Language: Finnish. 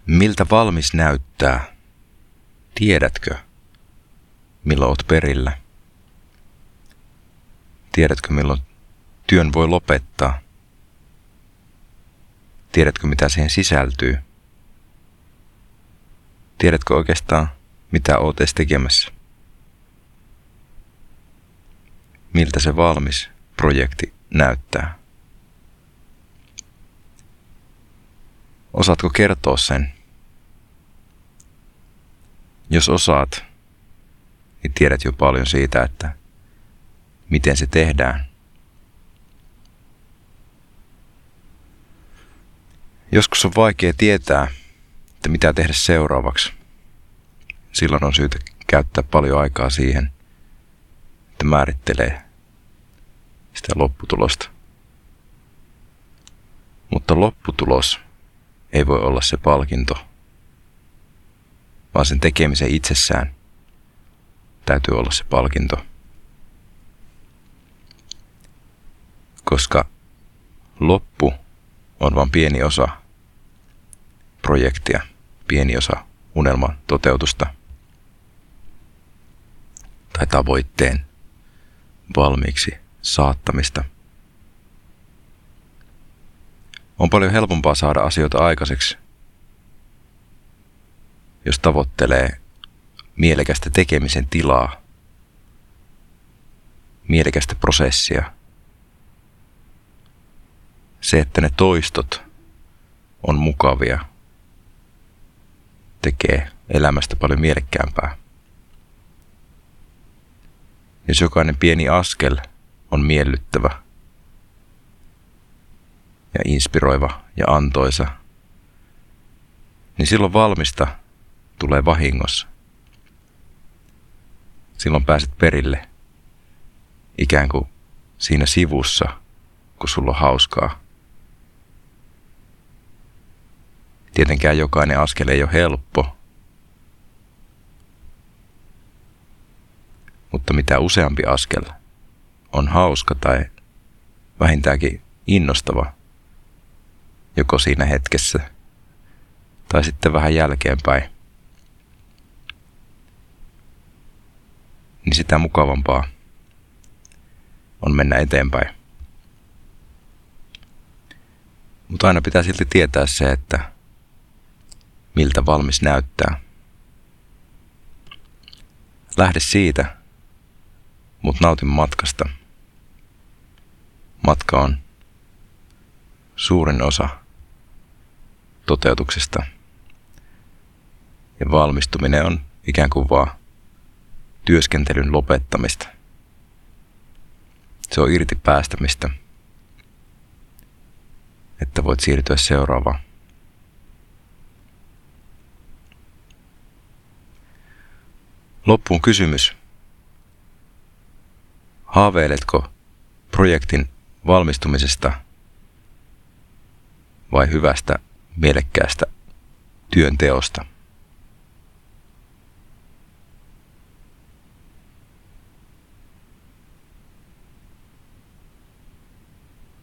Miltä valmis näyttää? Tiedätkö, milloin oot perillä? Tiedätkö, milloin työn voi lopettaa? Tiedätkö, mitä siihen sisältyy? Tiedätkö oikeastaan, mitä oot edes tekemässä? Miltä se valmis projekti näyttää? Osaatko kertoa sen? Jos osaat, niin tiedät jo paljon siitä, että miten se tehdään. Joskus on vaikea tietää, että mitä tehdä seuraavaksi. Silloin on syytä käyttää paljon aikaa siihen, että määrittelee sitä lopputulosta. Mutta lopputulos ei voi olla se palkinto, vaan sen tekemisen itsessään täytyy olla se palkinto. Koska loppu on vain pieni osa projektia, pieni osa unelman toteutusta tai tavoitteen valmiiksi saattamista. On paljon helpompaa saada asioita aikaiseksi, jos tavoittelee mielekästä tekemisen tilaa, mielekästä prosessia. Se, että ne toistot on mukavia, tekee elämästä paljon mielekkäämpää. Jos jokainen pieni askel on miellyttävä ja inspiroiva ja antoisa, niin silloin valmista tulee vahingossa. Silloin pääset perille ikään kuin siinä sivussa, kun sulla on hauskaa. Tietenkään jokainen askel ei ole helppo, mutta mitä useampi askel on hauska tai vähintäänkin innostava, joko siinä hetkessä tai sitten vähän jälkeenpäin, niin sitä mukavampaa on mennä eteenpäin. Mutta aina pitää silti tietää se, että miltä valmis näyttää. Lähde siitä, mutta nauti matkasta. Matka on suurin osa toteutuksesta. Ja valmistuminen on ikään kuin vaan työskentelyn lopettamista. Se on irti päästämistä, että voit siirtyä seuraavaan. Loppuun kysymys. Haaveiletko projektin valmistumisesta vai hyvästä, mielekkäästä työnteosta?